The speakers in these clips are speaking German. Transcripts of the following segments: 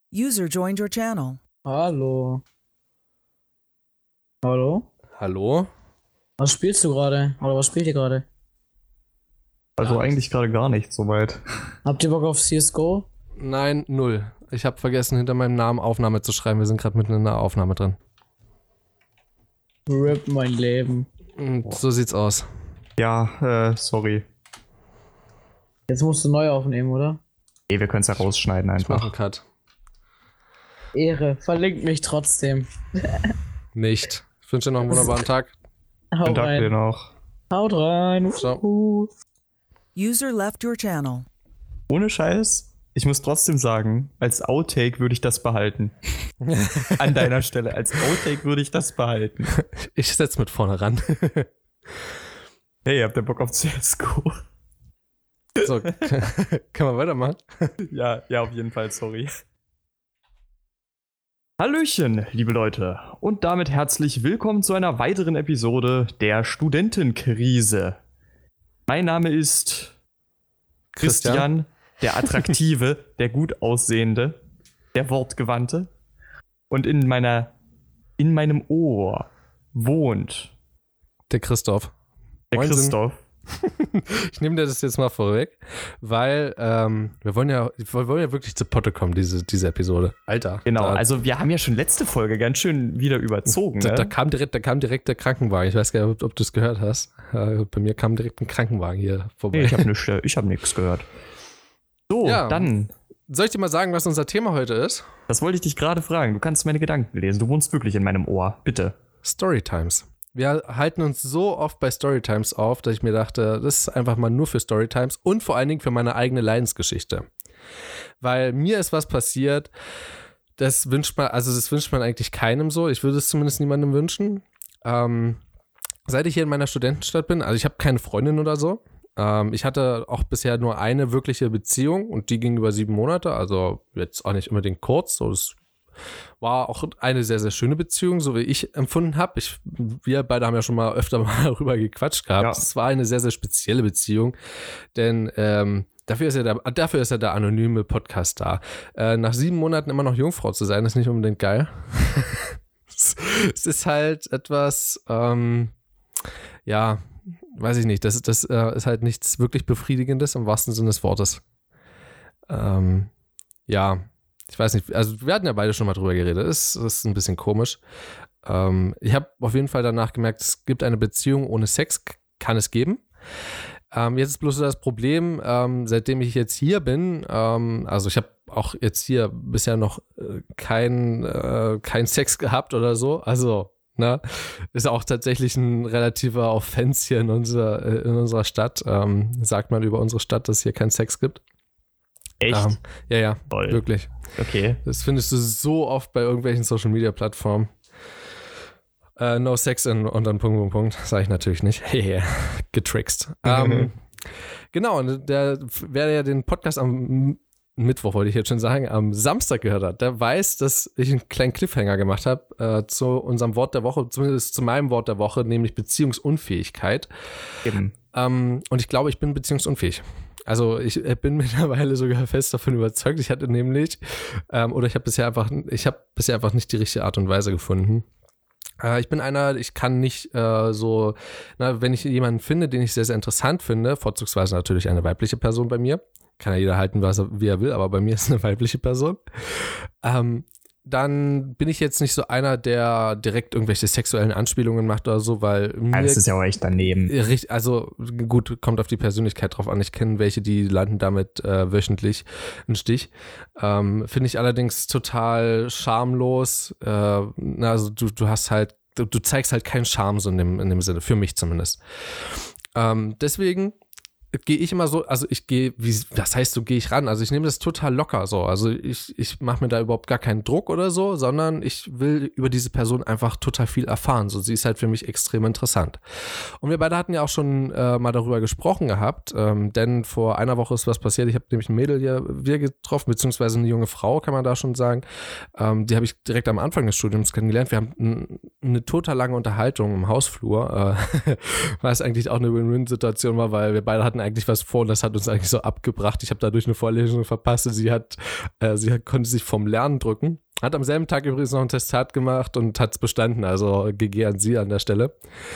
User joined your channel. Hallo. Hallo? Hallo? Was spielst du gerade? Oder was spielt ihr gerade? Also eigentlich gerade gar nicht soweit. Habt ihr Bock auf CSGO? Nein, 0. Ich habe vergessen, hinter meinem Namen Aufnahme zu schreiben. Wir sind gerade mitten in einer Aufnahme drin. RIP mein Leben. Und so sieht's aus. Ja, sorry. Jetzt musst du neu aufnehmen, oder? Wir können es ja rausschneiden Ich mache einfach. einen Cut. Ehre, verlinkt mich trotzdem. Nicht. Ich wünsche dir noch einen wunderbaren Tag. Haut Guten Tag dir rein. noch. Haut rein. Ciao. User left your channel. Ohne Scheiß, ich muss trotzdem sagen, als Outtake würde ich das behalten. An deiner Stelle, als Outtake würde ich das behalten. Ich setz mit vorne ran. Hey, habt ihr Bock auf CSGO? So, kann man weitermachen? Ja, auf jeden Fall, sorry. Hallöchen, liebe Leute, und damit herzlich willkommen zu einer weiteren Episode der Studentenkrise. Mein Name ist Christian, der Attraktive, der gut aussehende, der Wortgewandte. Und in meinem Ohr wohnt Der Christoph. der Moinsen. Christoph. Ich nehme dir das jetzt mal vorweg, weil wir wollen ja wirklich zu Potte kommen, diese Episode. Alter. Genau, Da, also wir haben ja schon letzte Folge ganz schön wieder überzogen. da Ne? kam direkt der Krankenwagen. Ich weiß gar nicht, ob du es gehört hast. Bei mir kam direkt ein Krankenwagen hier vorbei. Nee, ich hab nichts gehört. So, Ja. dann, Soll ich dir mal sagen, was unser Thema heute ist? das wollte ich dich gerade fragen. Du kannst meine Gedanken lesen. Du wohnst wirklich in meinem Ohr. Bitte. Storytimes. Wir halten uns so oft bei Storytimes auf, dass ich mir dachte, das ist einfach mal nur für Storytimes und vor allen Dingen für meine eigene Leidensgeschichte. Weil mir ist was passiert, das wünscht man eigentlich keinem so. Ich würde es zumindest niemandem wünschen. Seit ich hier in meiner Studentenstadt bin, also ich habe keine Freundin oder so. Ich hatte auch bisher nur eine wirkliche Beziehung und die ging über 7 Monate, also jetzt auch nicht unbedingt kurz, so das war auch eine sehr, sehr schöne Beziehung, so wie ich empfunden habe. Wir beide haben ja schon mal öfter mal darüber gequatscht gehabt. Ja. Es war eine sehr, sehr spezielle Beziehung, denn dafür ist ja der anonyme Podcast da. Nach 7 Monaten immer noch Jungfrau zu sein, ist nicht unbedingt geil. Es ist halt etwas, ja, weiß ich nicht, das ist halt nichts wirklich Befriedigendes im wahrsten Sinne des Wortes. Ja, ich weiß nicht, also wir hatten ja beide schon mal drüber geredet, es ist ein bisschen komisch. Ich habe auf jeden Fall danach gemerkt, es gibt eine Beziehung ohne Sex, kann es geben. Jetzt ist bloß so das Problem, seitdem ich jetzt hier bin, also ich habe auch jetzt hier bisher noch kein Sex gehabt oder so, also ne, ist auch tatsächlich ein relativer Offense hier in unserer Stadt, sagt man über unsere Stadt, dass es hier keinen Sex gibt. Echt? Ja, Toll. wirklich. Okay. Das findest du so oft bei irgendwelchen Social-Media-Plattformen. No Sex und dann Punkt, sage ich natürlich nicht. Hehe, getrickst. Genau, und wer ja den Podcast am Mittwoch, wollte ich jetzt schon sagen, am Samstag gehört hat, der weiß, dass ich einen kleinen Cliffhanger gemacht habe zu unserem Wort der Woche, zumindest zu meinem Wort der Woche, nämlich Beziehungsunfähigkeit. Eben. Und ich glaube, ich bin beziehungsunfähig. Also ich bin mittlerweile sogar fest davon überzeugt. Ich hatte nämlich, ich habe bisher einfach nicht die richtige Art und Weise gefunden. Ich kann nicht wenn ich jemanden finde, den ich sehr, sehr interessant finde, vorzugsweise natürlich eine weibliche Person bei mir, kann ja jeder halten, wie er will, aber bei mir ist es eine weibliche Person, dann bin ich jetzt nicht so einer, der direkt irgendwelche sexuellen Anspielungen macht oder so, weil Ja, das ist ja auch echt daneben. Also gut, kommt auf die Persönlichkeit drauf an. Ich kenne welche, die landen damit wöchentlich einen Stich. Finde ich allerdings total schamlos. Also du hast halt, du zeigst halt keinen Charme so in dem Sinne, für mich zumindest. Deswegen gehe ich immer so, also gehe ich ran? Also ich nehme das total locker so. Also ich mache mir da überhaupt gar keinen Druck oder so, sondern ich will über diese Person einfach total viel erfahren. So, sie ist halt für mich extrem interessant. Und wir beide hatten ja auch schon mal darüber gesprochen gehabt, denn vor einer Woche ist was passiert. Ich habe nämlich ein Mädel hier wieder getroffen, beziehungsweise eine junge Frau, kann man da schon sagen. Die habe ich direkt am Anfang des Studiums kennengelernt. Wir haben eine total lange Unterhaltung im Hausflur, was eigentlich auch eine Win-Win-Situation war, weil wir beide hatten hatten eigentlich was vor und das hat uns eigentlich so abgebracht. Ich habe dadurch eine Vorlesung verpasst und sie konnte sich vom Lernen drücken. Hat am selben Tag übrigens noch ein Testat gemacht und hat es bestanden, also GG an sie an der Stelle.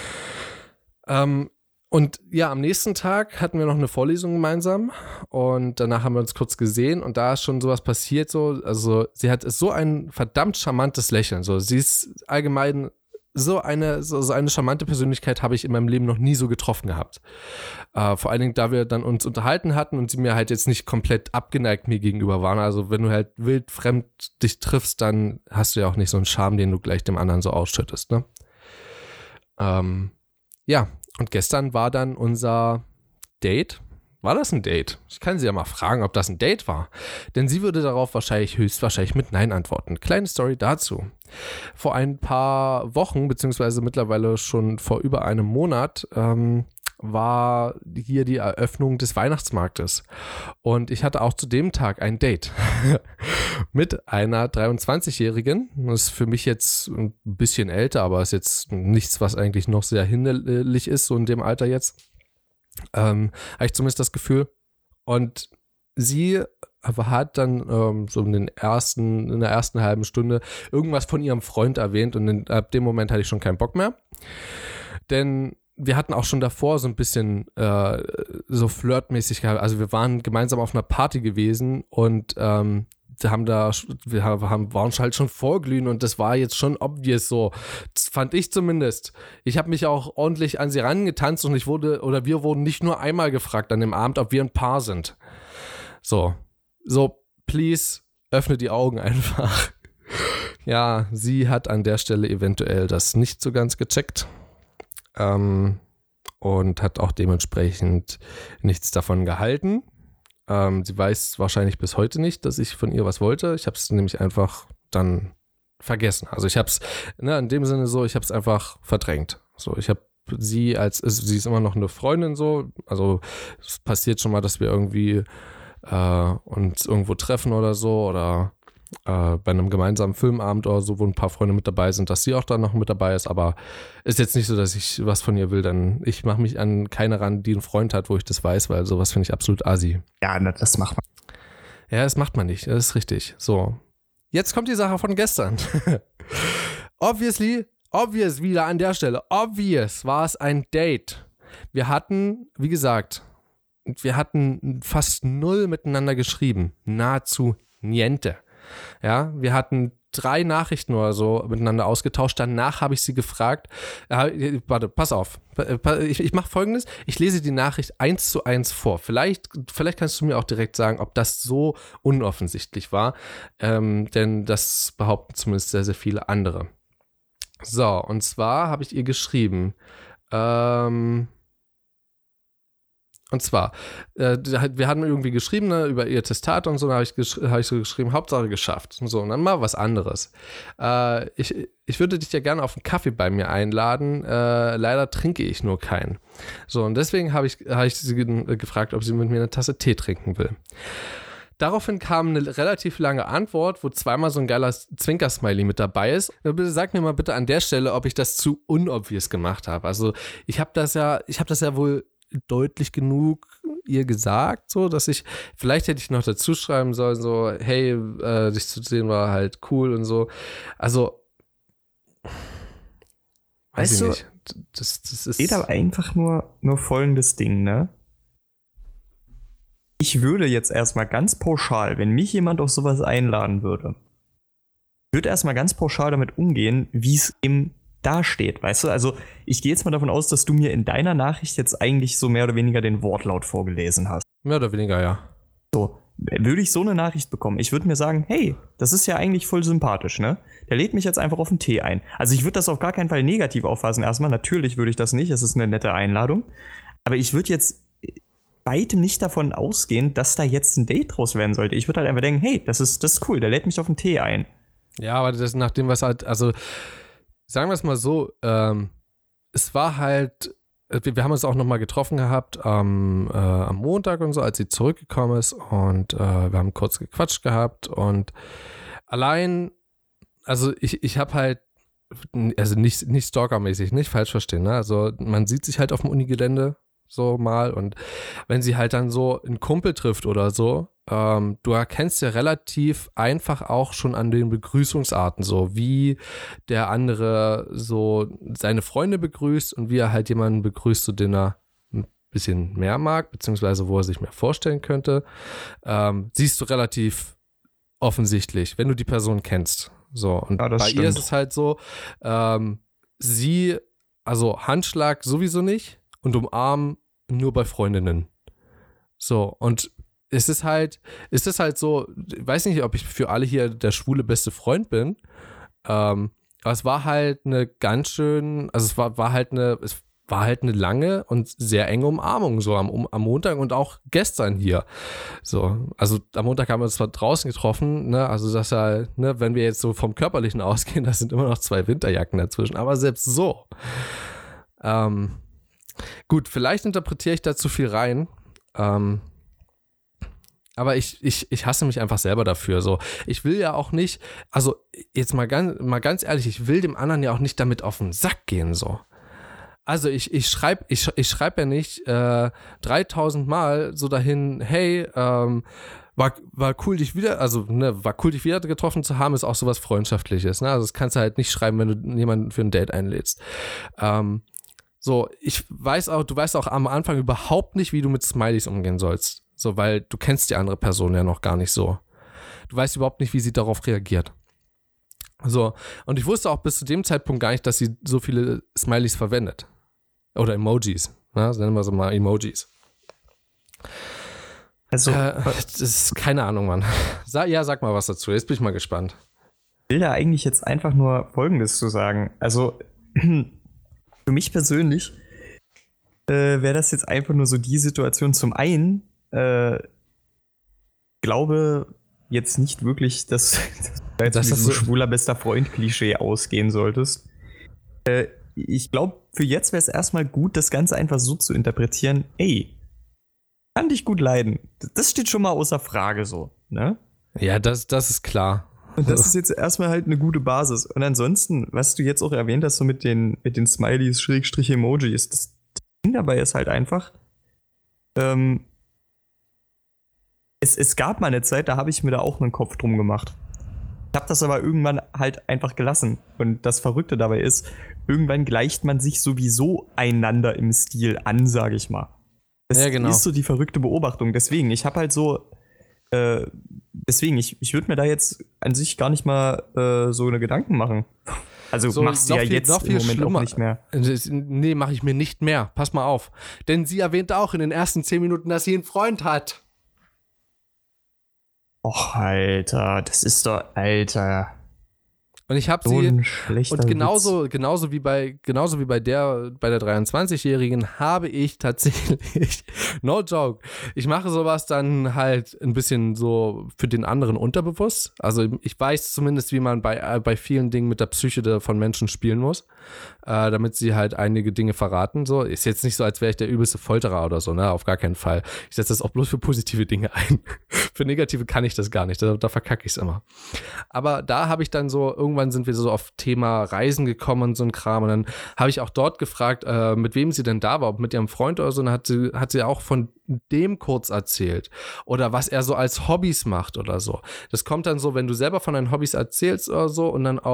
Und ja, am nächsten Tag hatten wir noch eine Vorlesung gemeinsam und danach haben wir uns kurz gesehen und da ist schon sowas passiert so, also sie hat so ein verdammt charmantes Lächeln, so, sie ist allgemein so eine charmante Persönlichkeit habe ich in meinem Leben noch nie so getroffen gehabt. Vor allen Dingen, da wir dann uns unterhalten hatten und sie mir halt jetzt nicht komplett abgeneigt mir gegenüber waren, also wenn du halt wild fremd dich triffst, dann hast du ja auch nicht so einen Charme, den du gleich dem anderen so ausschüttest, ne? Ja, und gestern war dann unser Date. War das ein Date? Ich kann sie ja mal fragen, ob das ein Date war. Denn sie würde darauf höchstwahrscheinlich mit Nein antworten. Kleine Story dazu. Vor ein paar Wochen, beziehungsweise mittlerweile schon vor über einem Monat, war hier die Eröffnung des Weihnachtsmarktes. Und ich hatte auch zu dem Tag ein Date mit einer 23-Jährigen. Das ist für mich jetzt ein bisschen älter, aber ist jetzt nichts, was eigentlich noch sehr hinderlich ist, so in dem Alter jetzt. Habe ich zumindest das Gefühl. Und sie hat dann so in der ersten halben Stunde irgendwas von ihrem Freund erwähnt und ab dem Moment hatte ich schon keinen Bock mehr. Denn wir hatten auch schon davor so ein bisschen so flirtmäßig gehabt. Also wir waren gemeinsam auf einer Party gewesen und waren halt schon vorglühen und das war jetzt schon obvious so. Das fand ich zumindest. Ich habe mich auch ordentlich an sie rangetanzt und wir wurden nicht nur einmal gefragt an dem Abend, ob wir ein Paar sind. So, please, öffne die Augen einfach. Ja, sie hat an der Stelle eventuell das nicht so ganz gecheckt. Und hat auch dementsprechend nichts davon gehalten. Sie weiß wahrscheinlich bis heute nicht, dass ich von ihr was wollte. Ich habe es nämlich einfach dann vergessen. Also ich habe es, in dem Sinne so, ich habe es einfach verdrängt. So, ich habe sie sie ist immer noch eine Freundin so. Also es passiert schon mal, dass wir irgendwie uns irgendwo treffen oder so oder bei einem gemeinsamen Filmabend oder so, wo ein paar Freunde mit dabei sind, dass sie auch da noch mit dabei ist, aber ist jetzt nicht so, dass ich was von ihr will, dann ich mache mich an keine ran, die einen Freund hat, wo ich das weiß, weil sowas finde ich absolut assi. Ja, das macht man. Ja, das macht man nicht, das ist richtig. So, jetzt kommt die Sache von gestern. Obvious wieder an der Stelle, obvious war es ein Date. Wir hatten, wie gesagt, fast null miteinander geschrieben, nahezu niente. Ja, wir hatten 3 Nachrichten oder so miteinander ausgetauscht. Danach habe ich sie gefragt. Warte, pass auf. Ich mache Folgendes. Ich lese die Nachricht 1:1 vor. Vielleicht kannst du mir auch direkt sagen, ob das so unoffensichtlich war. Denn das behaupten zumindest sehr, sehr viele andere. So, und zwar habe ich ihr geschrieben, und zwar, wir hatten irgendwie geschrieben, ne, über ihr Testat und so, da habe ich so geschrieben, Hauptsache geschafft. Und so, und dann mal was anderes. Ich würde dich ja gerne auf einen Kaffee bei mir einladen, leider trinke ich nur keinen. So, und deswegen habe ich sie gefragt, ob sie mit mir eine Tasse Tee trinken will. Daraufhin kam eine relativ lange Antwort, wo zweimal so ein geiler Zwinker-Smiley mit dabei ist. Sag mir mal bitte an der Stelle, ob ich das zu unobvious gemacht habe. Also ich habe das ja wohl deutlich genug ihr gesagt, so, dass vielleicht hätte ich noch dazu schreiben sollen, so, hey, dich zu sehen war halt cool und so. Also, weiß ich nicht. Das ist geht aber einfach nur folgendes Ding, ne? Ich würde jetzt erstmal ganz pauschal, wenn mich jemand auf sowas einladen würde, würde erstmal ganz pauschal damit umgehen, wie es ihm dasteht, weißt du? Also ich gehe jetzt mal davon aus, dass du mir in deiner Nachricht jetzt eigentlich so mehr oder weniger den Wortlaut vorgelesen hast. Mehr oder weniger, ja. So, würde ich so eine Nachricht bekommen, ich würde mir sagen, hey, das ist ja eigentlich voll sympathisch, ne? Der lädt mich jetzt einfach auf einen Tee ein. Also ich würde das auf gar keinen Fall negativ auffassen erstmal. Natürlich würde ich das nicht, es ist eine nette Einladung. Aber ich würde jetzt weitem nicht davon ausgehen, dass da jetzt ein Date draus werden sollte. Ich würde halt einfach denken, hey, das ist cool, der lädt mich auf einen Tee ein. Ja, aber das nach dem, was halt, also sagen wir es mal so, es war halt, wir haben uns auch nochmal getroffen gehabt am Montag und so, als sie zurückgekommen ist und wir haben kurz gequatscht gehabt und allein, also ich habe halt, also nicht stalkermäßig, nicht falsch verstehen, ne? Also man sieht sich halt auf dem Unigelände so mal. Und wenn sie halt dann so einen Kumpel trifft oder so, du erkennst ja relativ einfach auch schon an den Begrüßungsarten so, wie der andere so seine Freunde begrüßt und wie er halt jemanden begrüßt, so den er ein bisschen mehr mag, beziehungsweise wo er sich mehr vorstellen könnte, siehst du relativ offensichtlich, wenn du die Person kennst. So, und Ja, das bei stimmt. ihr ist es halt so, also Handschlag sowieso nicht und umarmen nur bei Freundinnen. So, und es ist halt so, ich weiß nicht, ob ich für alle hier der schwule beste Freund bin, aber es war halt eine ganz schön, also es war halt eine lange und sehr enge Umarmung so am Montag und auch gestern hier. So, also am Montag haben wir uns zwar draußen getroffen, ne, also dass halt, ne, wenn wir jetzt so vom Körperlichen ausgehen, da sind immer noch 2 Winterjacken dazwischen, aber selbst so. Gut, vielleicht interpretiere ich da zu viel rein, aber ich hasse mich einfach selber dafür. So, ich will ja auch nicht, also jetzt mal ganz ehrlich, ich will dem anderen ja auch nicht damit auf den Sack gehen, so. Also ich schreibe ja nicht 3000 Mal so dahin, hey, war cool, dich wieder, also ne, war cool, dich wieder getroffen zu haben, ist auch sowas Freundschaftliches, ne? Also das kannst du halt nicht schreiben, wenn du jemanden für ein Date einlädst. So, du weißt auch am Anfang überhaupt nicht, wie du mit Smileys umgehen sollst. So, weil du kennst die andere Person ja noch gar nicht so. Du weißt überhaupt nicht, wie sie darauf reagiert. So, und ich wusste auch bis zu dem Zeitpunkt gar nicht, dass sie so viele Smileys verwendet. Oder Emojis. Ne? Nennen wir so mal Emojis. Also, das ist keine Ahnung, Mann. Sag mal was dazu. Jetzt bin ich mal gespannt. Ich will da eigentlich jetzt einfach nur Folgendes zu sagen. Also, für mich persönlich wäre das jetzt einfach nur so die Situation. Zum einen glaube jetzt nicht wirklich, dass du jetzt mit diesem schwuler bester Freund-Klischee ausgehen solltest. Ich glaube, für jetzt wäre es erstmal gut, das Ganze einfach so zu interpretieren, ey, kann dich gut leiden. Das steht schon mal außer Frage so, ne? Ja, das ist klar. Und das ist jetzt erstmal halt eine gute Basis. Und ansonsten, was du jetzt auch erwähnt hast, so mit den Smileys, Schrägstrich Emojis, das Ding dabei ist halt einfach, es gab mal eine Zeit, da habe ich mir da auch einen Kopf drum gemacht. Ich habe das aber irgendwann halt einfach gelassen. Und das Verrückte dabei ist, irgendwann gleicht man sich sowieso einander im Stil an, sage ich mal. Das ist so die verrückte Beobachtung. Deswegen, ich habe halt so, ich würde mir da jetzt an sich gar nicht mal so eine Gedanken machen. Also so, machst du ja jetzt noch im Moment schlimmer. auch nicht mehr. Nee, mache ich mir nicht mehr. Pass mal auf. Denn sie erwähnte auch in den ersten 10 Minuten, dass sie einen Freund hat. Och, Alter, das ist doch, Alter. Und ich habe So sie ein schlechter und genauso wie bei der 23-Jährigen habe ich tatsächlich, no joke, ich mache sowas dann halt ein bisschen so für den anderen unterbewusst. Also ich weiß zumindest, wie man bei vielen Dingen mit der Psyche von Menschen spielen muss, damit sie halt einige Dinge verraten. So ist jetzt nicht so, als wäre ich der übelste Folterer oder so, ne? Auf gar keinen Fall. Ich setze das auch bloß für positive Dinge ein. Für negative kann ich das gar nicht. Da verkacke ich es immer. Aber da habe ich dann so, irgendwann sind wir so auf Thema Reisen gekommen und so ein Kram. Und dann habe ich auch dort gefragt, mit wem sie denn da war, ob mit ihrem Freund oder so. Und dann hat sie auch von dem kurz erzählt. Oder was er so als Hobbys macht oder so. Das kommt dann so, wenn du selber von deinen Hobbys erzählst oder so und dann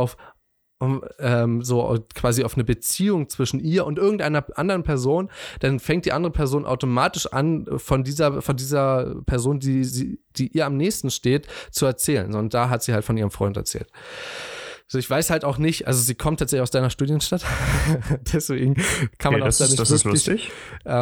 so quasi auf eine Beziehung zwischen ihr und irgendeiner anderen Person, dann fängt die andere Person automatisch an, von dieser Person, die ihr am nächsten steht, zu erzählen. Und da hat sie halt von ihrem Freund erzählt. Also ich weiß halt auch nicht, also sie kommt tatsächlich aus deiner Studienstadt, deswegen kann man auch da nicht das ist lustig.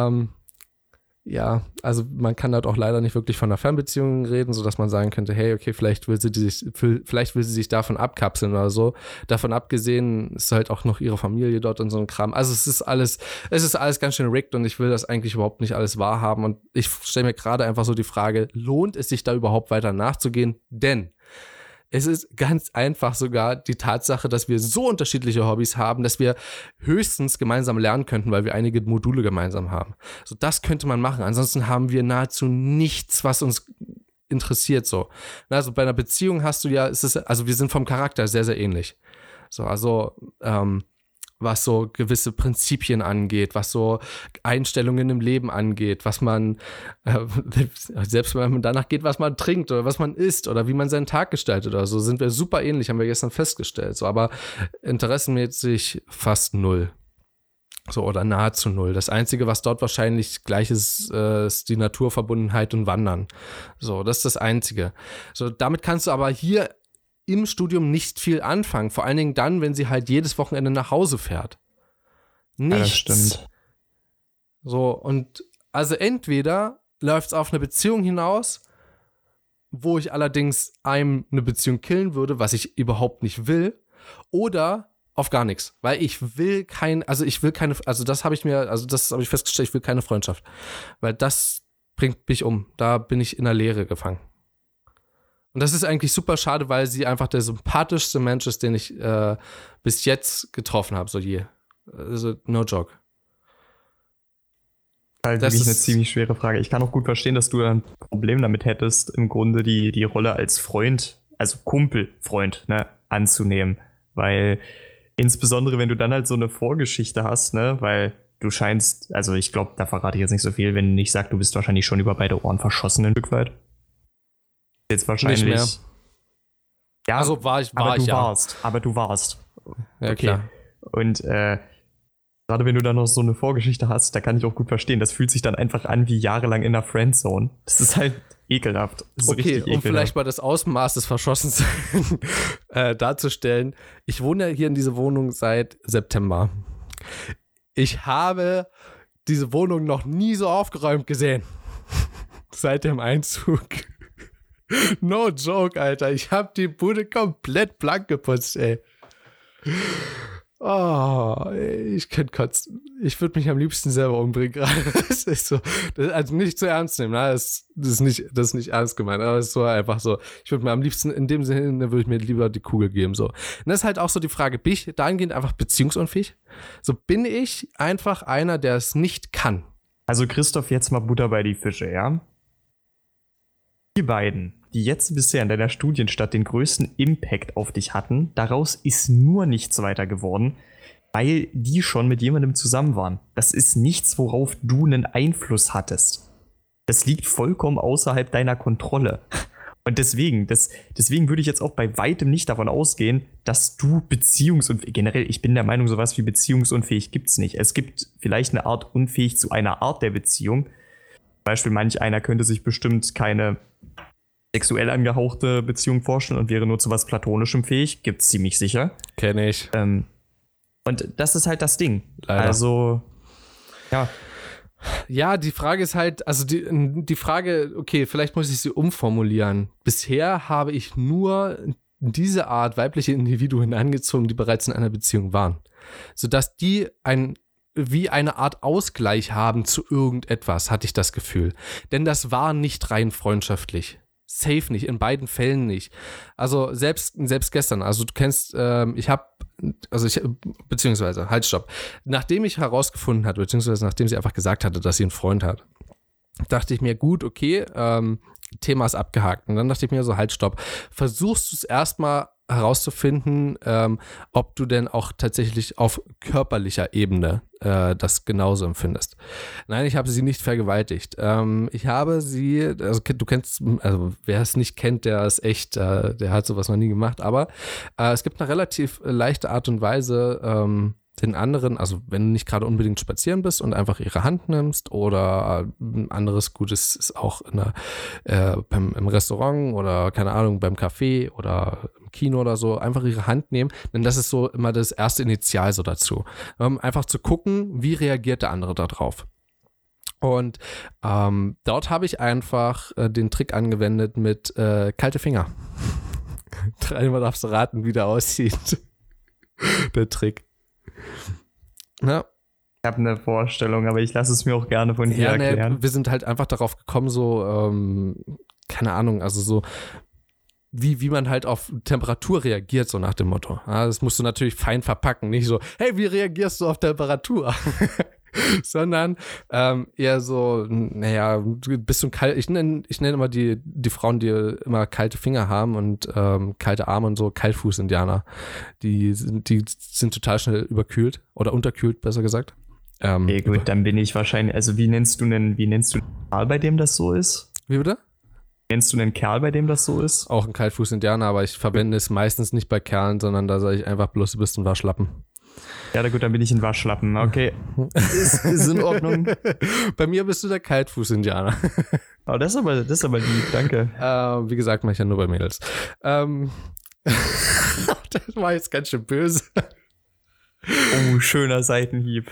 Ja, also man kann dort auch leider nicht wirklich von einer Fernbeziehung reden, sodass man sagen könnte, hey, okay, vielleicht will sie sich davon abkapseln oder so. Davon abgesehen ist halt auch noch ihre Familie dort und so ein Kram. Also es ist alles ganz schön rigged und ich will das eigentlich überhaupt nicht alles wahrhaben. Und ich stelle mir gerade einfach so die Frage, lohnt es sich da überhaupt weiter nachzugehen? Denn es ist ganz einfach sogar die Tatsache, dass wir so unterschiedliche Hobbys haben, dass wir höchstens gemeinsam lernen könnten, weil wir einige Module gemeinsam haben. So, das könnte man machen. Ansonsten haben wir nahezu nichts, was uns interessiert so. Also bei einer Beziehung hast du ja, also wir sind vom Charakter sehr, sehr ähnlich. So, also, was so gewisse Prinzipien angeht, was so Einstellungen im Leben angeht, was man, selbst wenn man danach geht, was man trinkt oder was man isst oder wie man seinen Tag gestaltet oder so, sind wir super ähnlich, haben wir gestern festgestellt. So, aber interessenmäßig fast null. So, oder nahezu null. Das Einzige, was dort wahrscheinlich gleich ist, ist die Naturverbundenheit und Wandern. So, das ist das Einzige. So, damit kannst du aber hier im Studium nicht viel anfangen. Vor allen Dingen dann, wenn sie halt jedes Wochenende nach Hause fährt. Nichts. Ja, das stimmt. So, und also entweder läuft es auf eine Beziehung hinaus, wo ich allerdings einem eine Beziehung killen würde, was ich überhaupt nicht will, oder auf gar nichts. Weil das habe ich festgestellt, ich will keine Freundschaft. Weil das bringt mich um. Da bin ich in der Leere gefangen. Und das ist eigentlich super schade, weil sie einfach der sympathischste Mensch ist, den ich bis jetzt getroffen habe, so je. Also, no joke. Das ist eine ziemlich schwere Frage. Ich kann auch gut verstehen, dass du ein Problem damit hättest, im Grunde die Rolle als Freund, also Kumpelfreund, ne, anzunehmen. Weil insbesondere, wenn du dann halt so eine Vorgeschichte hast, ne, weil du scheinst, also ich glaube, da verrate ich jetzt nicht so viel, wenn ich sage, du bist wahrscheinlich schon über beide Ohren verschossen ein Stück weit. Jetzt wahrscheinlich. Nicht mehr. Ja, also aber du warst. Ja, okay. Klar. Und gerade wenn du dann noch so eine Vorgeschichte hast, da kann ich auch gut verstehen, das fühlt sich dann einfach an wie jahrelang in der Friendzone. Das ist halt ekelhaft. Das ist okay, ekelhaft. Um vielleicht mal das Ausmaß des Verschossenseins darzustellen. Ich wohne hier in dieser Wohnung seit September. Ich habe diese Wohnung noch nie so aufgeräumt gesehen. Seit dem Einzug. No joke, Alter. Ich habe die Bude komplett blank geputzt, ey. Oh, ich könnte kotzen. Ich würde mich am liebsten selber umbringen gerade. Das ist so, also nicht zu ernst nehmen, ne? Das ist nicht ernst gemeint, aber es ist so einfach so. Ich würde mir am liebsten, in dem Sinne, würde ich mir lieber die Kugel geben, so. Und das ist halt auch so die Frage, bin ich dahingehend einfach beziehungsunfähig? So, bin ich einfach einer, der es nicht kann? Also Christoph, jetzt mal Butter bei die Fische, ja? Die beiden, die jetzt bisher in deiner Studienstadt den größten Impact auf dich hatten, daraus ist nur nichts weiter geworden, weil die schon mit jemandem zusammen waren. Das ist nichts, worauf du einen Einfluss hattest. Das liegt vollkommen außerhalb deiner Kontrolle. Und deswegen würde ich jetzt auch bei weitem nicht davon ausgehen, dass du beziehungsunfähig, generell, ich bin der Meinung, sowas wie beziehungsunfähig gibt's nicht. Es gibt vielleicht eine Art unfähig zu einer Art der Beziehung. Zum Beispiel manch einer könnte sich bestimmt keine sexuell angehauchte Beziehung vorstellen und wäre nur zu was Platonischem fähig. Gibt's ziemlich sicher. Kenn ich. Und das ist halt das Ding. Leider. Also, ja. Ja, die Frage ist halt, also die Frage, okay, vielleicht muss ich sie umformulieren. Bisher habe ich nur diese Art weibliche Individuen angezogen, die bereits in einer Beziehung waren. Sodass die wie eine Art Ausgleich haben zu irgendetwas, hatte ich das Gefühl. Denn das war nicht rein freundschaftlich. Safe nicht, in beiden Fällen nicht. Also selbst gestern, also du kennst, beziehungsweise, halt, stopp. Nachdem ich herausgefunden hatte, beziehungsweise nachdem sie einfach gesagt hatte, dass sie einen Freund hat, dachte ich mir, gut, okay, Thema ist abgehakt. Und dann dachte ich mir so, halt, stopp. Versuchst du es erstmal herauszufinden, ob du denn auch tatsächlich auf körperlicher Ebene das genauso empfindest. Nein, ich habe sie nicht vergewaltigt. Ich habe sie, also du kennst, also wer es nicht kennt, der ist echt, der hat sowas noch nie gemacht, aber es gibt eine relativ leichte Art und Weise, den anderen, also wenn du nicht gerade unbedingt spazieren bist und einfach ihre Hand nimmst oder ein anderes Gutes ist auch im Restaurant oder keine Ahnung, beim Café oder im Kino oder so, einfach ihre Hand nehmen, denn das ist so immer das erste Initial so dazu. Einfach zu gucken, wie reagiert der andere da drauf. Und dort habe ich einfach den Trick angewendet mit kalte Finger. Dreimal darfst du raten, wie der aussieht. Der Trick. Ja. Ich habe eine Vorstellung, aber ich lasse es mir auch gerne von dir erklären. Wir sind halt einfach darauf gekommen, so, keine Ahnung, also so, wie man halt auf Temperatur reagiert, so nach dem Motto. Ja, das musst du natürlich fein verpacken, nicht so, hey, wie reagierst du auf Temperatur? sondern eher so, naja, bist du kalt. Ich nenn immer die Frauen, die immer kalte Finger haben und kalte Arme und so, Kaltfuß-Indianer. Die sind total schnell überkühlt oder unterkühlt, besser gesagt. Okay, gut, dann bin ich wahrscheinlich, also wie nennst du einen Kerl, bei dem das so ist? Wie bitte? Nennst du einen Kerl, bei dem das so ist? Auch ein Kaltfuß-Indianer, aber ich verwende es meistens nicht bei Kerlen, sondern da sage ich einfach bloß, du bist ein Waschlappen. Ja, gut, dann bin ich ein Waschlappen. Okay, ist in Ordnung. Bei mir bist du der Kaltfuß-Indianer. Oh, das ist aber lieb, danke. Wie gesagt, mache ich ja nur bei Mädels. Das war jetzt ganz schön böse. Oh, schöner Seitenhieb.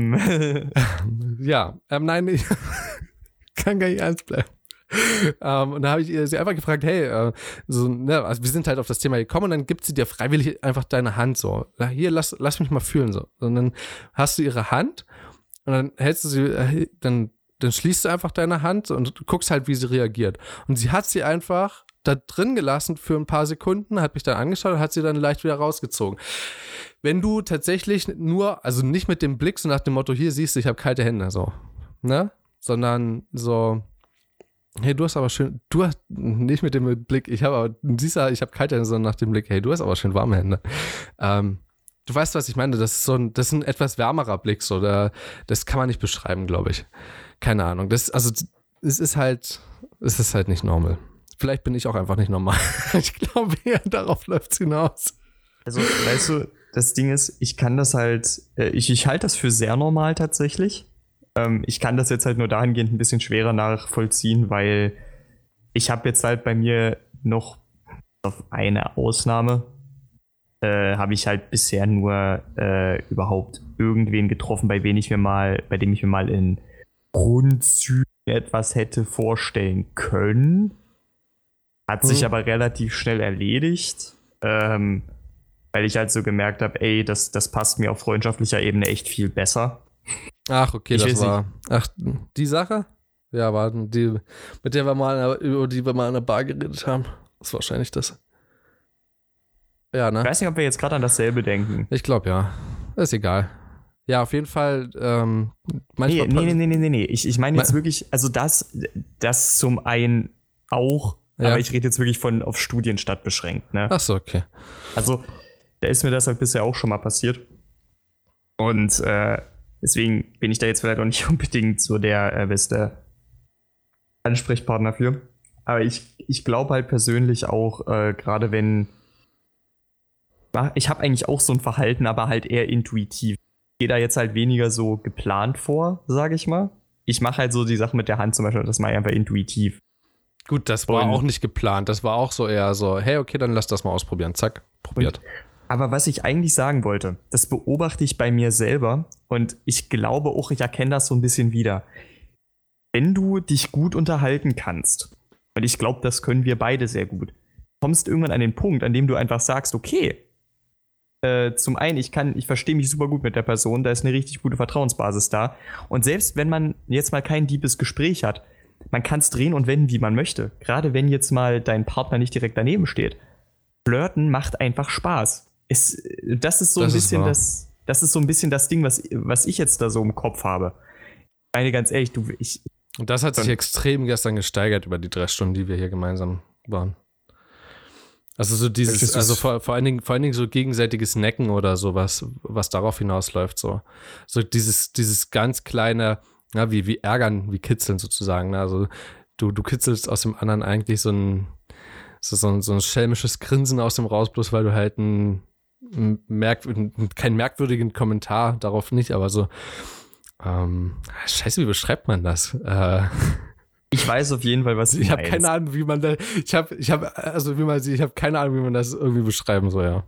Ja, nein, ich kann gar nicht ernst bleiben. Und da habe ich sie einfach gefragt, hey, also wir sind halt auf das Thema gekommen und dann gibt sie dir freiwillig einfach deine Hand so. Hier, lass mich mal fühlen so. Und dann hast du ihre Hand und dann hältst du sie, dann schließt du einfach deine Hand und du guckst halt, wie sie reagiert. Und sie hat sie einfach da drin gelassen für ein paar Sekunden, hat mich dann angeschaut und hat sie dann leicht wieder rausgezogen. Wenn du tatsächlich also nicht mit dem Blick so nach dem Motto, hier siehst du, ich habe kalte Hände, so, ne? Sondern so, hey, du hast nicht mit dem Blick, ich habe kalte Hände, sondern nach dem Blick, hey, du hast aber schön warme Hände. Du weißt, was ich meine, das ist ein etwas wärmerer Blick, so, das kann man nicht beschreiben, glaube ich. Keine Ahnung, es ist halt nicht normal. Vielleicht bin ich auch einfach nicht normal. Ich glaube, eher darauf läuft es hinaus. Also, weißt du, das Ding ist, ich kann das halt, ich halte das für sehr normal tatsächlich. Ich kann das jetzt halt nur dahingehend ein bisschen schwerer nachvollziehen, weil ich habe jetzt halt bei mir noch auf eine Ausnahme, habe ich halt bisher nur überhaupt irgendwen getroffen, bei dem ich mir mal in Grundzügen etwas hätte vorstellen können. Hat sich aber relativ schnell erledigt, weil ich halt so gemerkt habe, ey, das passt mir auf freundschaftlicher Ebene echt viel besser. Ach, okay, die Sache? Ja, war die, über die wir mal in der Bar geredet haben. Das ist wahrscheinlich das. Ja, ne? Ich weiß nicht, ob wir jetzt gerade an dasselbe denken. Ich glaube, ja. Ist egal. Ja, auf jeden Fall, manchmal... Nee. Ich meine jetzt wirklich, also das zum einen auch, ja. Aber ich rede jetzt wirklich auf Studienstadt beschränkt, ne? Ach so, okay. Also, da ist mir das halt bisher auch schon mal passiert. Und deswegen bin ich da jetzt vielleicht auch nicht unbedingt so der beste Ansprechpartner für. Aber ich glaube halt persönlich auch, gerade wenn ich habe eigentlich auch so ein Verhalten, aber halt eher intuitiv. Ich gehe da jetzt halt weniger so geplant vor, sage ich mal. Ich mache halt so die Sache mit der Hand zum Beispiel, das mache ich einfach intuitiv. Gut, das war auch nicht geplant. Das war auch so eher so, hey, okay, dann lass das mal ausprobieren. Zack, probiert. Aber was ich eigentlich sagen wollte, das beobachte ich bei mir selber und ich glaube auch, ich erkenne das so ein bisschen wieder. Wenn du dich gut unterhalten kannst, und ich glaube, das können wir beide sehr gut, kommst irgendwann an den Punkt, an dem du einfach sagst, okay, zum einen, ich verstehe mich super gut mit der Person, da ist eine richtig gute Vertrauensbasis da. Und selbst wenn man jetzt mal kein deepes Gespräch hat, man kann es drehen und wenden, wie man möchte. Gerade wenn jetzt mal dein Partner nicht direkt daneben steht. Flirten macht einfach Spaß. Das ist so ein bisschen das Ding, was ich jetzt da so im Kopf habe. Ich meine ganz ehrlich, und das hat sich extrem gestern gesteigert über die 3 Stunden, die wir hier gemeinsam waren. Also so dieses, also vor allen Dingen so gegenseitiges Necken oder sowas, was darauf hinausläuft, so dieses ganz kleine, ja, wie ärgern, wie kitzeln sozusagen, ne? Also du kitzelst aus dem anderen eigentlich so ein schelmisches Grinsen aus dem raus, bloß weil du halt keinen merkwürdigen Kommentar, darauf nicht, aber so, scheiße, wie beschreibt man das? Ich weiß auf jeden Fall, was du meinst. Ich habe keine Ahnung, wie man da, ich habe keine Ahnung, wie man das irgendwie beschreiben soll, ja.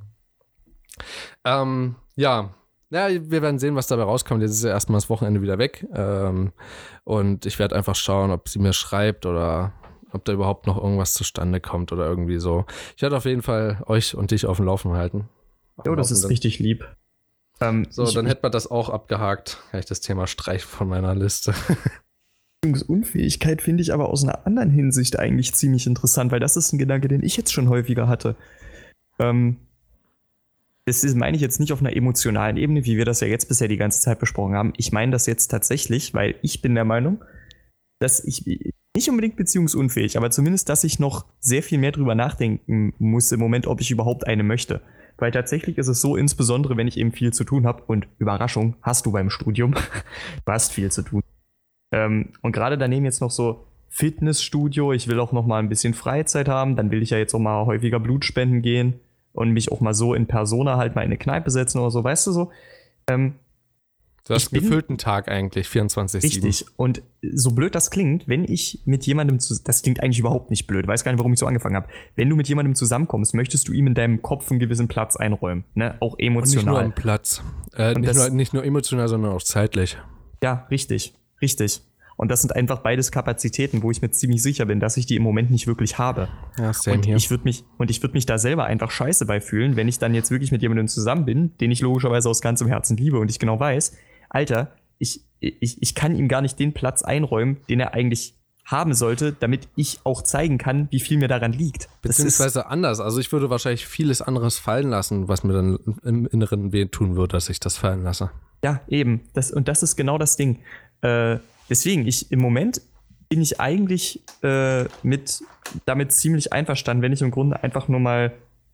Ja, wir werden sehen, was dabei rauskommt. Jetzt ist ja erstmal das Wochenende wieder weg. Und ich werde einfach schauen, ob sie mir schreibt oder ob da überhaupt noch irgendwas zustande kommt oder irgendwie so. Ich werde auf jeden Fall euch und dich auf dem Laufenden halten. Oh, das ist richtig lieb. Dann hätten wir das auch abgehakt. Kann ich das Thema streichen von meiner Liste. Unfähigkeit finde ich aber aus einer anderen Hinsicht eigentlich ziemlich interessant, weil das ist ein Gedanke, den ich jetzt schon häufiger hatte. meine ich jetzt nicht auf einer emotionalen Ebene, wie wir das ja jetzt bisher die ganze Zeit besprochen haben. Ich meine das jetzt tatsächlich, weil ich bin der Meinung, dass ich nicht unbedingt beziehungsunfähig, aber zumindest, dass ich noch sehr viel mehr drüber nachdenken muss im Moment, ob ich überhaupt eine möchte. Weil tatsächlich ist es so, insbesondere wenn ich eben viel zu tun habe, und Überraschung, hast du beim Studium, du hast viel zu tun. Und gerade daneben jetzt noch so Fitnessstudio, ich will auch noch mal ein bisschen Freizeit haben, dann will ich ja jetzt auch mal häufiger Blutspenden gehen und mich auch mal so in Persona halt mal in eine Kneipe setzen oder so, weißt du so. Du hast einen gefüllten Tag eigentlich, 24/7. Richtig. Und so blöd das klingt, wenn ich mit jemandem, das klingt eigentlich überhaupt nicht blöd, weiß gar nicht, warum ich so angefangen habe. Wenn du mit jemandem zusammenkommst, möchtest du ihm in deinem Kopf einen gewissen Platz einräumen, ne? Auch emotional. Und nicht nur am Platz. Nicht nur emotional, sondern auch zeitlich. Ja, richtig. Und das sind einfach beides Kapazitäten, wo ich mir ziemlich sicher bin, dass ich die im Moment nicht wirklich habe. Ja, same und hier. ich würde mich da selber einfach scheiße bei fühlen, wenn ich dann jetzt wirklich mit jemandem zusammen bin, den ich logischerweise aus ganzem Herzen liebe und ich genau weiß, Alter, ich kann ihm gar nicht den Platz einräumen, den er eigentlich haben sollte, damit ich auch zeigen kann, wie viel mir daran liegt. Beziehungsweise anders. Also ich würde wahrscheinlich vieles anderes fallen lassen, was mir dann im Inneren wehtun würde, dass ich das fallen lasse. Ja, eben. Das ist genau das Ding. Deswegen, im Moment bin ich eigentlich damit ziemlich einverstanden, wenn ich im Grunde einfach nur mal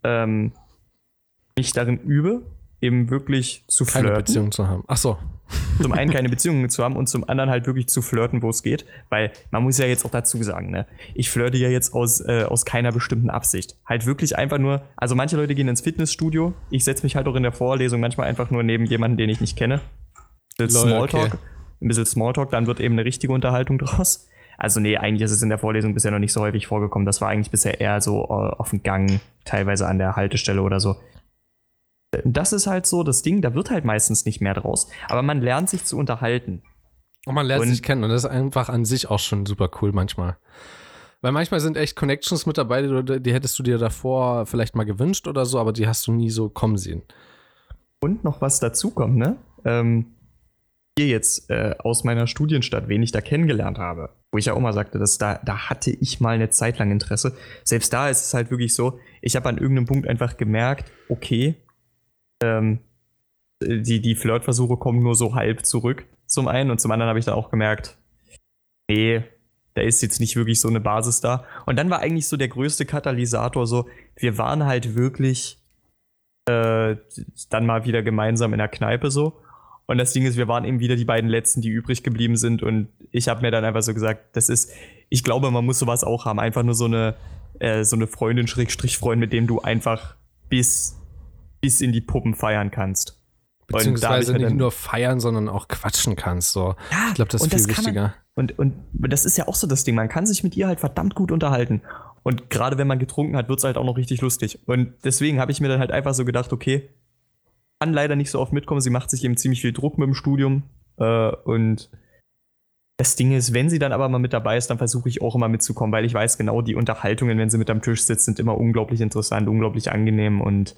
mich darin übe, eben wirklich zu flirten. Keine Beziehung zu haben. Ach so. Zum einen keine Beziehungen zu haben und zum anderen halt wirklich zu flirten, wo es geht. Weil man muss ja jetzt auch dazu sagen, ne? Ich flirte ja jetzt aus keiner bestimmten Absicht. Halt wirklich einfach nur, also manche Leute gehen ins Fitnessstudio. Ich setze mich halt auch in der Vorlesung manchmal einfach nur neben jemanden, den ich nicht kenne. Ein bisschen Smalltalk, dann wird eben eine richtige Unterhaltung draus. Also nee, eigentlich ist es in der Vorlesung bisher noch nicht so häufig vorgekommen. Das war eigentlich bisher eher so auf dem Gang, teilweise an der Haltestelle oder so. Das ist halt so das Ding, da wird halt meistens nicht mehr draus. Aber man lernt sich zu unterhalten. Und man lernt sich kennen und das ist einfach an sich auch schon super cool manchmal. Weil manchmal sind echt Connections mit dabei, die hättest du dir davor vielleicht mal gewünscht oder so, aber die hast du nie so kommen sehen. Und noch was dazu kommt, ne? Hier jetzt aus meiner Studienstadt, wen ich da kennengelernt habe, wo ich ja auch mal sagte, dass da hatte ich mal eine Zeit lang Interesse. Selbst da ist es halt wirklich so, ich habe an irgendeinem Punkt einfach gemerkt, okay, die Flirtversuche kommen nur so halb zurück zum einen und zum anderen habe ich dann auch gemerkt, nee, da ist jetzt nicht wirklich so eine Basis da. Und dann war eigentlich so der größte Katalysator so, wir waren halt wirklich dann mal wieder gemeinsam in der Kneipe so. Und das Ding ist, wir waren eben wieder die beiden Letzten, die übrig geblieben sind. Und ich habe mir dann einfach so gesagt, ich glaube, man muss sowas auch haben. Einfach nur so eine Freundin, Freund, mit dem du einfach bis in die Puppen feiern kannst. Beziehungsweise nicht nur feiern, sondern auch quatschen kannst. So. Ja, ich glaube, das ist viel wichtiger. Und das ist ja auch so das Ding. Man kann sich mit ihr halt verdammt gut unterhalten. Und gerade wenn man getrunken hat, wird es halt auch noch richtig lustig. Und deswegen habe ich mir dann halt einfach so gedacht, okay, kann leider nicht so oft mitkommen. Sie macht sich eben ziemlich viel Druck mit dem Studium. Und das Ding ist, wenn sie dann aber mal mit dabei ist, dann versuche ich auch immer mitzukommen, weil ich weiß genau, die Unterhaltungen, wenn sie mit am Tisch sitzt, sind immer unglaublich interessant, unglaublich angenehm. Und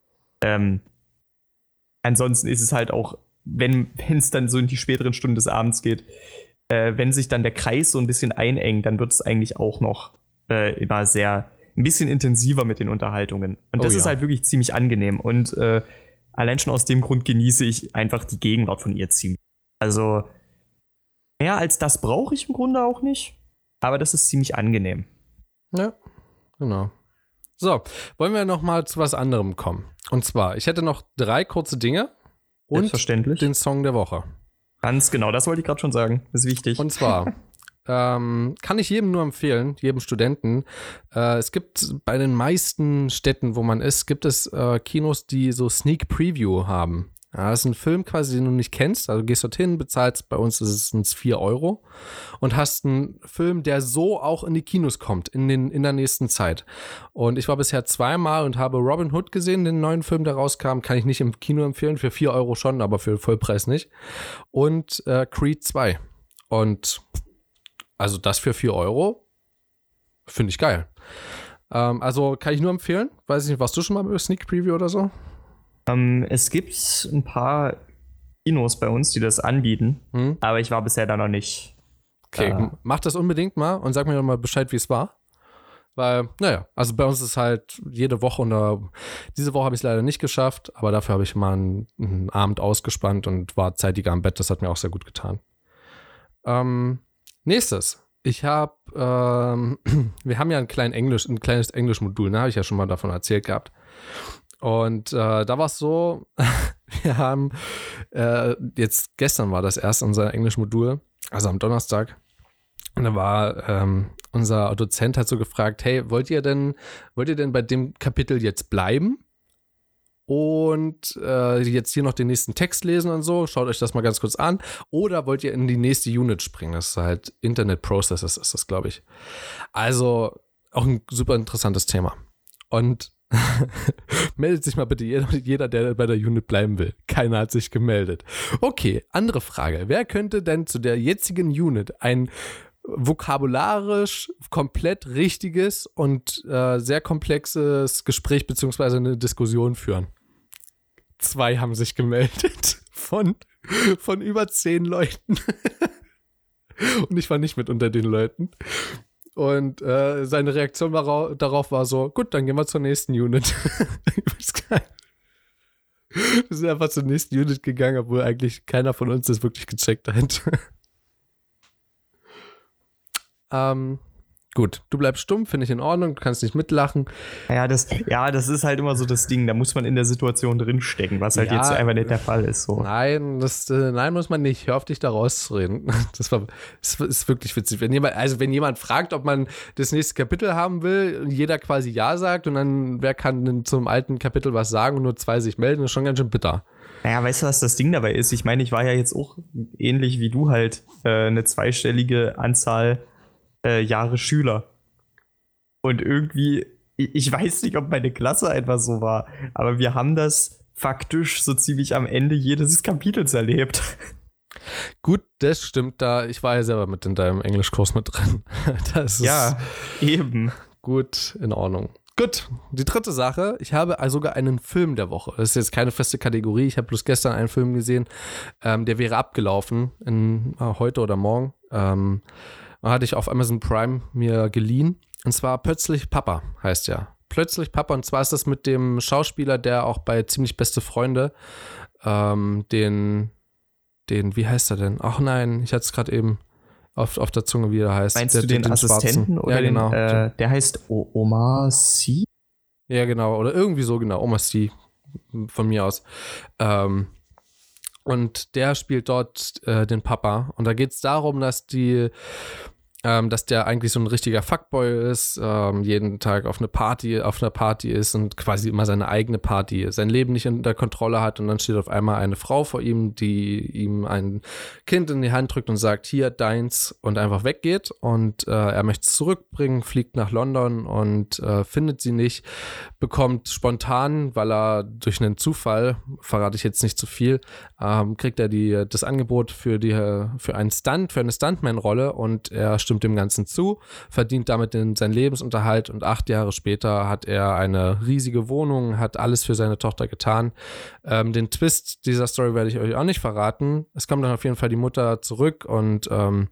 ansonsten ist es halt auch, wenn es dann so in die späteren Stunden des Abends geht, wenn sich dann der Kreis so ein bisschen einengt, dann wird es eigentlich auch noch immer ein bisschen intensiver mit den Unterhaltungen. Und das ist halt wirklich ziemlich angenehm. Und allein schon aus dem Grund genieße ich einfach die Gegenwart von ihr ziemlich. Also mehr als das brauche ich im Grunde auch nicht, aber das ist ziemlich angenehm. Ja, genau. So, wollen wir noch mal zu was anderem kommen. Und zwar, ich hätte noch 3 kurze Dinge und den Song der Woche. Ganz genau, das wollte ich gerade schon sagen. Das ist wichtig. Und zwar kann ich jedem nur empfehlen, jedem Studenten. Es gibt bei den meisten Städten, wo man ist, gibt es Kinos, die so Sneak Preview haben. Ja, das ist ein Film quasi, den du nicht kennst. Also gehst dorthin, bezahlst, bei uns ist es 4 € und hast einen Film, der so auch in die Kinos kommt, in der nächsten Zeit. Und ich war bisher 2-mal und habe Robin Hood gesehen, den neuen Film, der rauskam. Kann ich nicht im Kino empfehlen, für 4 € schon, aber für Vollpreis nicht. Und Creed 2. Und also das für 4 € finde ich geil. Also kann ich nur empfehlen. Weiß ich nicht, warst du schon mal bei Sneak Preview oder so? Es gibt ein paar Kinos bei uns, die das anbieten, aber ich war bisher da noch nicht. Okay, mach das unbedingt mal und sag mir doch mal Bescheid, wie es war. Weil, naja, also bei uns ist halt jede Woche und diese Woche habe ich es leider nicht geschafft, aber dafür habe ich mal einen Abend ausgespannt und war zeitiger am Bett. Das hat mir auch sehr gut getan. Nächstes. Wir haben ja ein kleines Englisch-Modul, ne? Habe ich ja schon mal davon erzählt gehabt. Und da war es so, wir haben, gestern war das erst unser Englisch-Modul, also am Donnerstag. Und da war unser Dozent hat so gefragt, hey, wollt ihr denn bei dem Kapitel jetzt bleiben und jetzt hier noch den nächsten Text lesen und so? Schaut euch das mal ganz kurz an. Oder wollt ihr in die nächste Unit springen? Das ist halt Internet Processes ist das, glaube ich. Also auch ein super interessantes Thema. Und meldet sich mal bitte jeder, der bei der Unit bleiben will. Keiner hat sich gemeldet. Okay, andere Frage. Wer könnte denn zu der jetzigen Unit ein vokabularisch komplett richtiges und sehr komplexes Gespräch beziehungsweise eine Diskussion führen? 2 haben sich gemeldet von über 10 Leuten. Und ich war nicht mit unter den Leuten. Und seine Reaktion darauf war so, gut, dann gehen wir zur nächsten Unit. Wir sind einfach zur nächsten Unit gegangen, obwohl eigentlich keiner von uns das wirklich gecheckt hat. Gut, du bleibst stumm, finde ich in Ordnung, du kannst nicht mitlachen. Ja, das ist halt immer so das Ding, da muss man in der Situation drinstecken, was halt jetzt einfach nicht der Fall ist. So. Nein, nein, muss man nicht. Hör auf, dich da rauszureden. Das ist wirklich witzig. Wenn jemand fragt, ob man das nächste Kapitel haben will, und jeder quasi Ja sagt und dann, wer kann denn zum alten Kapitel was sagen und nur 2 sich melden, ist schon ganz schön bitter. Naja, weißt du, was das Ding dabei ist? Ich meine, ich war ja jetzt auch ähnlich wie du halt eine zweistellige Anzahl Jahre Schüler. Und irgendwie, ich weiß nicht, ob meine Klasse einfach so war, aber wir haben das faktisch so ziemlich am Ende jedes Kapitels erlebt. Gut, das stimmt da. Ich war ja selber mit in deinem Englischkurs mit drin. Das ist ja, eben. Gut, in Ordnung. Gut, die dritte Sache. Ich habe sogar einen Film der Woche. Das ist jetzt keine feste Kategorie. Ich habe bloß gestern einen Film gesehen, der wäre abgelaufen, heute oder morgen. Hatte ich auf Amazon Prime mir geliehen. Und zwar Plötzlich Papa heißt ja. Plötzlich Papa. Und zwar ist das mit dem Schauspieler, der auch bei Ziemlich beste Freunde den, wie heißt er denn? Ach nein, ich hatte es gerade eben auf der Zunge, wie er heißt. Meinst du den Assistenten? Schwarzen. Oder ja, genau. Der heißt Omar Sy? Ja, genau. Oder irgendwie so, genau. Omar Sy von mir aus. Und der spielt dort den Papa. Und da geht es darum, dass der eigentlich so ein richtiger Fuckboy ist, jeden Tag auf einer Party ist und quasi immer seine eigene Party, sein Leben nicht unter Kontrolle hat und dann steht auf einmal eine Frau vor ihm, die ihm ein Kind in die Hand drückt und sagt, hier, deins, und einfach weggeht und er möchte es zurückbringen, fliegt nach London und findet sie nicht, bekommt spontan, weil er durch einen Zufall, verrate ich jetzt nicht zu viel, kriegt er das Angebot für eine Stuntman-Rolle und er stimmt dem Ganzen zu, verdient damit seinen Lebensunterhalt und 8 Jahre später hat er eine riesige Wohnung, hat alles für seine Tochter getan. Den Twist dieser Story werde ich euch auch nicht verraten. Es kommt dann auf jeden Fall die Mutter zurück und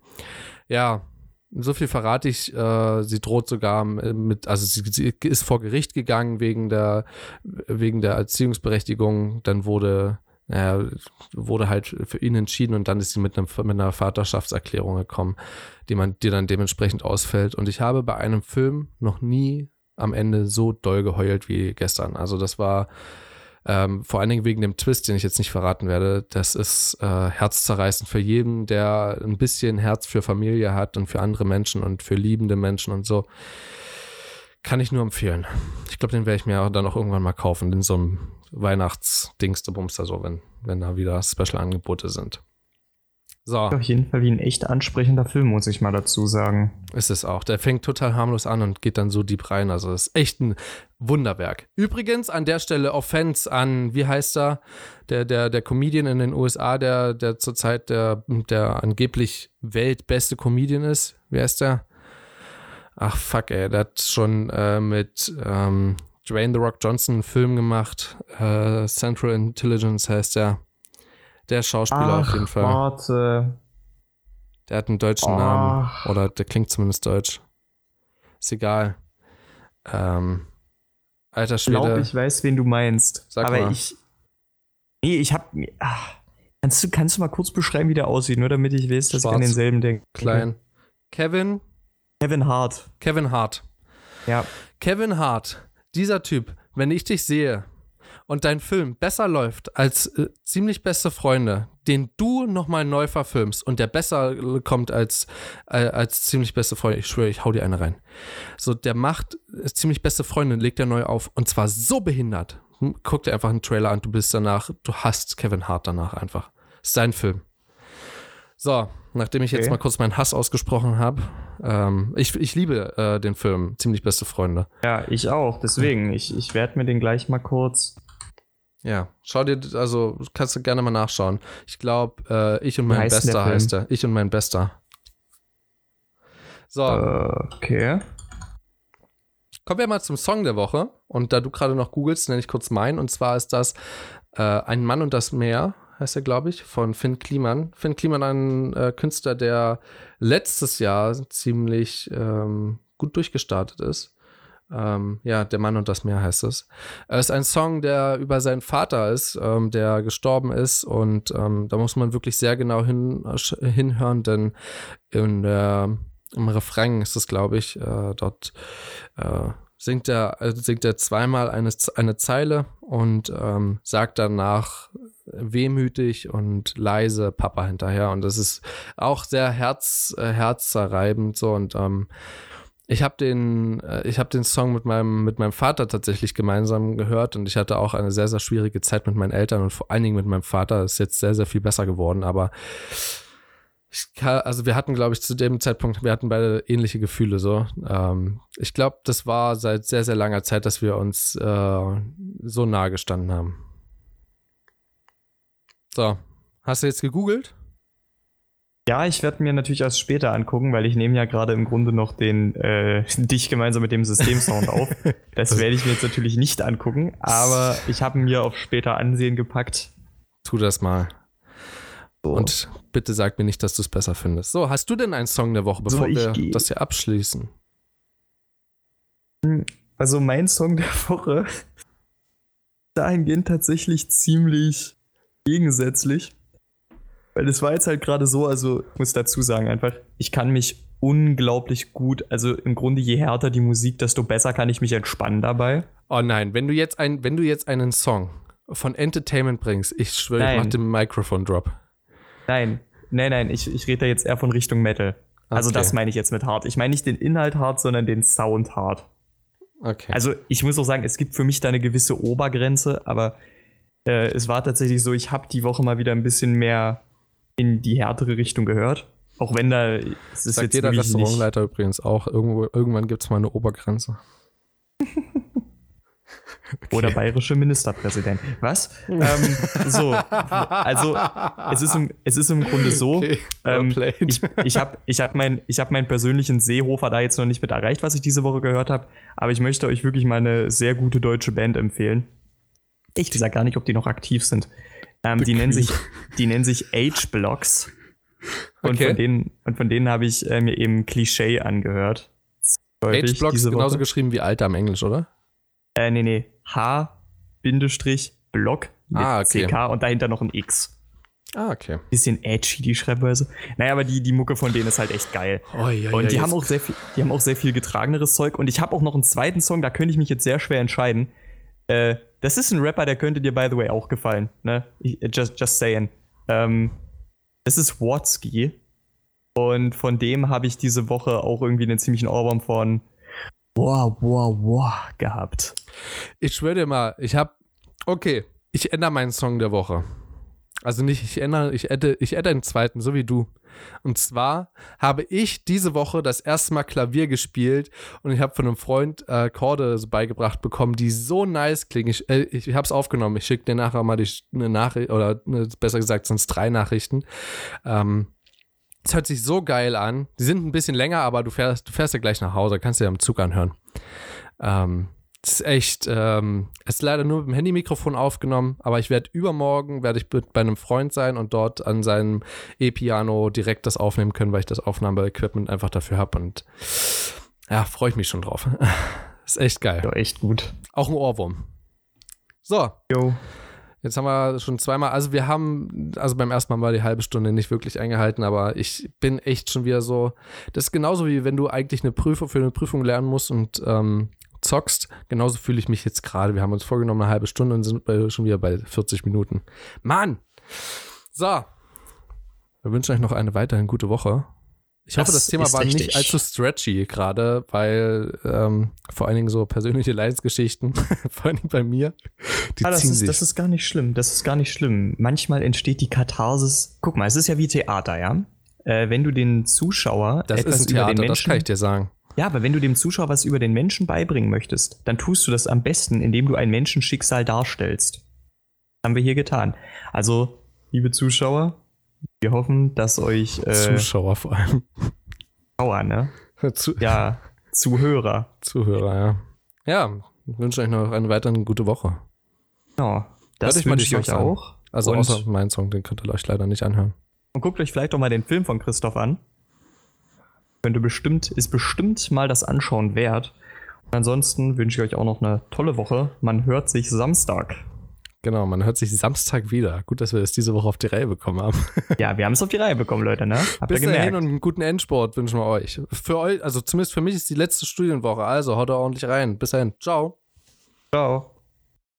so viel verrate ich, sie droht sogar sie ist vor Gericht gegangen wegen der Erziehungsberechtigung, dann wurde halt für ihn entschieden und dann ist sie mit einer Vaterschaftserklärung gekommen, die dann dementsprechend ausfällt. Und ich habe bei einem Film noch nie am Ende so doll geheult wie gestern. Also das war vor allen Dingen wegen dem Twist, den ich jetzt nicht verraten werde. Das ist herzzerreißend für jeden, der ein bisschen Herz für Familie hat und für andere Menschen und für liebende Menschen und so. Kann ich nur empfehlen. Ich glaube, den werde ich mir dann auch irgendwann mal kaufen, in so einem Weihnachtsdingsterbumster, so, wenn da wieder Special-Angebote sind. So. Auf jeden Fall wie ein echt ansprechender Film, muss ich mal dazu sagen. Ist es auch. Der fängt total harmlos an und geht dann so deep rein. Also ist echt ein Wunderwerk. Übrigens an der Stelle Offense an, wie heißt er? Der Comedian in den USA, der zurzeit der angeblich weltbeste Comedian ist. Wie heißt der? Ach fuck, ey. Der hat schon mit Dwayne The Rock Johnson einen Film gemacht. Central Intelligence heißt der. Der Schauspieler auf jeden Fall. Warte. Der hat einen deutschen Namen. Oder der klingt zumindest deutsch. Ist egal. Alter Ich Schwede. glaube, ich weiß, wen du meinst. Sag aber mal. Kannst du mal kurz beschreiben, wie der aussieht, nur damit ich weiß, dass ich an Schwarz, denselben denke. Klein. Kevin Hart. Ja. Kevin Hart, dieser Typ, wenn ich dich sehe und dein Film besser läuft als Ziemlich beste Freunde, den du nochmal neu verfilmst und der besser kommt als Ziemlich beste Freunde, ich schwöre, ich hau dir eine rein. So, der macht Ziemlich beste Freunde, legt er neu auf und zwar so behindert. Guck dir einfach einen Trailer an, du hasst Kevin Hart danach einfach. Das ist sein Film. So, nachdem ich jetzt mal kurz meinen Hass ausgesprochen habe, ich liebe den Film Ziemlich beste Freunde. Ja, ich auch, deswegen, ich werde mir den gleich mal kurz... Ja, schau dir, also kannst du gerne mal nachschauen. Ich glaube, Ich und mein Bester heißt er. Ich und mein Bester. So. Okay. Kommen wir mal zum Song der Woche. Und da du gerade noch googelst, nenne ich kurz meinen. Und zwar ist das Ein Mann und das Meer, heißt er, glaube ich, von Finn Kliman. Finn Kliman, ein Künstler, der letztes Jahr ziemlich gut durchgestartet ist. Der Mann und das Meer heißt es. Es ist ein Song, der über seinen Vater ist, der gestorben ist und da muss man wirklich sehr genau hinhören, denn im Refrain ist es, glaube ich, dort singt er zweimal eine Zeile und sagt danach wehmütig und leise Papa hinterher und das ist auch sehr herzzerreibend so und ich habe den Song mit meinem Vater tatsächlich gemeinsam gehört und ich hatte auch eine sehr, sehr schwierige Zeit mit meinen Eltern und vor allen Dingen mit meinem Vater. Das ist jetzt sehr, sehr viel besser geworden, aber wir hatten, glaube ich, zu dem Zeitpunkt, wir hatten beide ähnliche Gefühle so. Ich glaube, das war seit sehr, sehr langer Zeit, dass wir uns so nahe gestanden haben. So, hast du jetzt gegoogelt? Ja, ich werde mir natürlich erst später angucken, weil ich nehme ja gerade im Grunde noch den dich gemeinsam mit dem Systemsound auf. Das werde ich mir jetzt natürlich nicht angucken, aber ich habe mir auf später ansehen gepackt. Tu das mal. So. Und bitte sag mir nicht, dass du es besser findest. So, hast du denn einen Song der Woche, bevor wir das hier abschließen? Also mein Song der Woche dahingehend tatsächlich ziemlich gegensätzlich. Weil das war jetzt halt gerade so, also ich muss dazu sagen einfach, ich kann mich unglaublich gut, also im Grunde je härter die Musik, desto besser kann ich mich entspannen dabei. Oh nein, wenn du jetzt einen Song von Entertainment bringst, ich schwöre, ich mach den Mikrofon-Drop. Nein, ich rede da jetzt eher von Richtung Metal. Also das meine ich jetzt mit hart. Ich meine nicht den Inhalt hart, sondern den Sound hart. Okay. Also ich muss auch sagen, es gibt für mich da eine gewisse Obergrenze, aber es war tatsächlich so, ich habe die Woche mal wieder ein bisschen mehr in die härtere Richtung gehört. Auch wenn da es ist sagt jetzt jeder wirklich Restaurantleiter übrigens auch, irgendwann gibt es mal eine Obergrenze. Okay. Oder bayerische Ministerpräsident. Was? So, also es ist im Grunde so, Okay. ich hab meinen persönlichen Seehofer da jetzt noch nicht mit erreicht, was ich diese Woche gehört habe, aber ich möchte euch wirklich mal eine sehr gute deutsche Band empfehlen. Ich weiß gar nicht, ob die noch aktiv sind. Die nennen sich H-Blocks. Und Okay. von denen habe ich mir eben Klischee angehört. H-Blocks genauso geschrieben wie Alter im Englisch, oder? Nee. H-Block mit CK und dahinter noch ein X. Okay. Bisschen edgy, die Schreibweise. Naja, aber die Mucke von denen ist halt echt geil. Und die haben auch sehr viel getrageneres Zeug. Und ich habe auch noch einen zweiten Song, da könnte ich mich jetzt sehr schwer entscheiden. Das ist ein Rapper, der könnte dir, by the way, auch gefallen. Ne? Just saying. Das ist Watsky. Und von dem habe ich diese Woche auch irgendwie einen ziemlichen Ohrwurm von gehabt. Ich schwöre dir mal, ich ändere meinen Song der Woche. Also nicht, ich adde einen zweiten, so wie du. Und zwar habe ich diese Woche das erste Mal Klavier gespielt und ich habe von einem Freund Akkorde beigebracht bekommen, die so nice klingen. Ich habe es aufgenommen. Ich schicke dir nachher mal eine Nachricht, oder besser gesagt, sonst 3 Nachrichten. Es hört sich so geil an. Die sind ein bisschen länger, aber du fährst ja gleich nach Hause, kannst dir am Zug anhören. Es ist echt, es ist leider nur mit dem Handymikrofon aufgenommen, aber übermorgen werde ich bei einem Freund sein und dort an seinem E-Piano direkt das aufnehmen können, weil ich das Aufnahmeequipment einfach dafür habe und ja, freue ich mich schon drauf. Ist echt geil. Ja, echt gut. Auch ein Ohrwurm. So. Jo. Jetzt haben wir schon zweimal, also beim ersten Mal war die halbe Stunde nicht wirklich eingehalten, aber ich bin echt schon wieder so, das ist genauso wie wenn du eigentlich für eine Prüfung lernen musst und zockst, genauso fühle ich mich jetzt gerade. Wir haben uns vorgenommen eine halbe Stunde und sind schon wieder bei 40 Minuten. Mann! So. Wir wünschen euch noch eine weiterhin gute Woche. Ich hoffe, das Thema war nicht allzu stretchy gerade, weil vor allen Dingen so persönliche Leidensgeschichten, vor allen Dingen bei mir, das ist gar nicht schlimm. Das ist gar nicht schlimm. Manchmal entsteht die Katharsis. Guck mal, es ist ja wie Theater, ja? Wenn du den Zuschauer das etwas ist ein Theater, über den Menschen, das kann ich dir sagen. Ja, aber wenn du dem Zuschauer was über den Menschen beibringen möchtest, dann tust du das am besten, indem du ein Menschenschicksal darstellst. Das haben wir hier getan. Also, liebe Zuschauer, wir hoffen, dass euch Zuschauer vor allem. Zuschauer, ne? Ja, Zuhörer. Zuhörer, ja. Ja, ich wünsche euch noch eine weiterhin gute Woche. Ja, das wünsche ich euch auch. Also außer meinen Song, den könnt ihr euch leider nicht anhören. Und guckt euch vielleicht doch mal den Film von Christoph an. Ist bestimmt mal das Anschauen wert. Und ansonsten wünsche ich euch auch noch eine tolle Woche. Man hört sich Samstag. Genau, man hört sich Samstag wieder. Gut, dass wir das diese Woche auf die Reihe bekommen haben. Ja, wir haben es auf die Reihe bekommen, Leute, ne? Habt ihr gemerkt? Bis dahin und einen guten Endsport wünschen wir euch. Für euch, also zumindest für mich ist die letzte Studienwoche. Also haut da ordentlich rein. Bis dahin. Ciao. Ciao.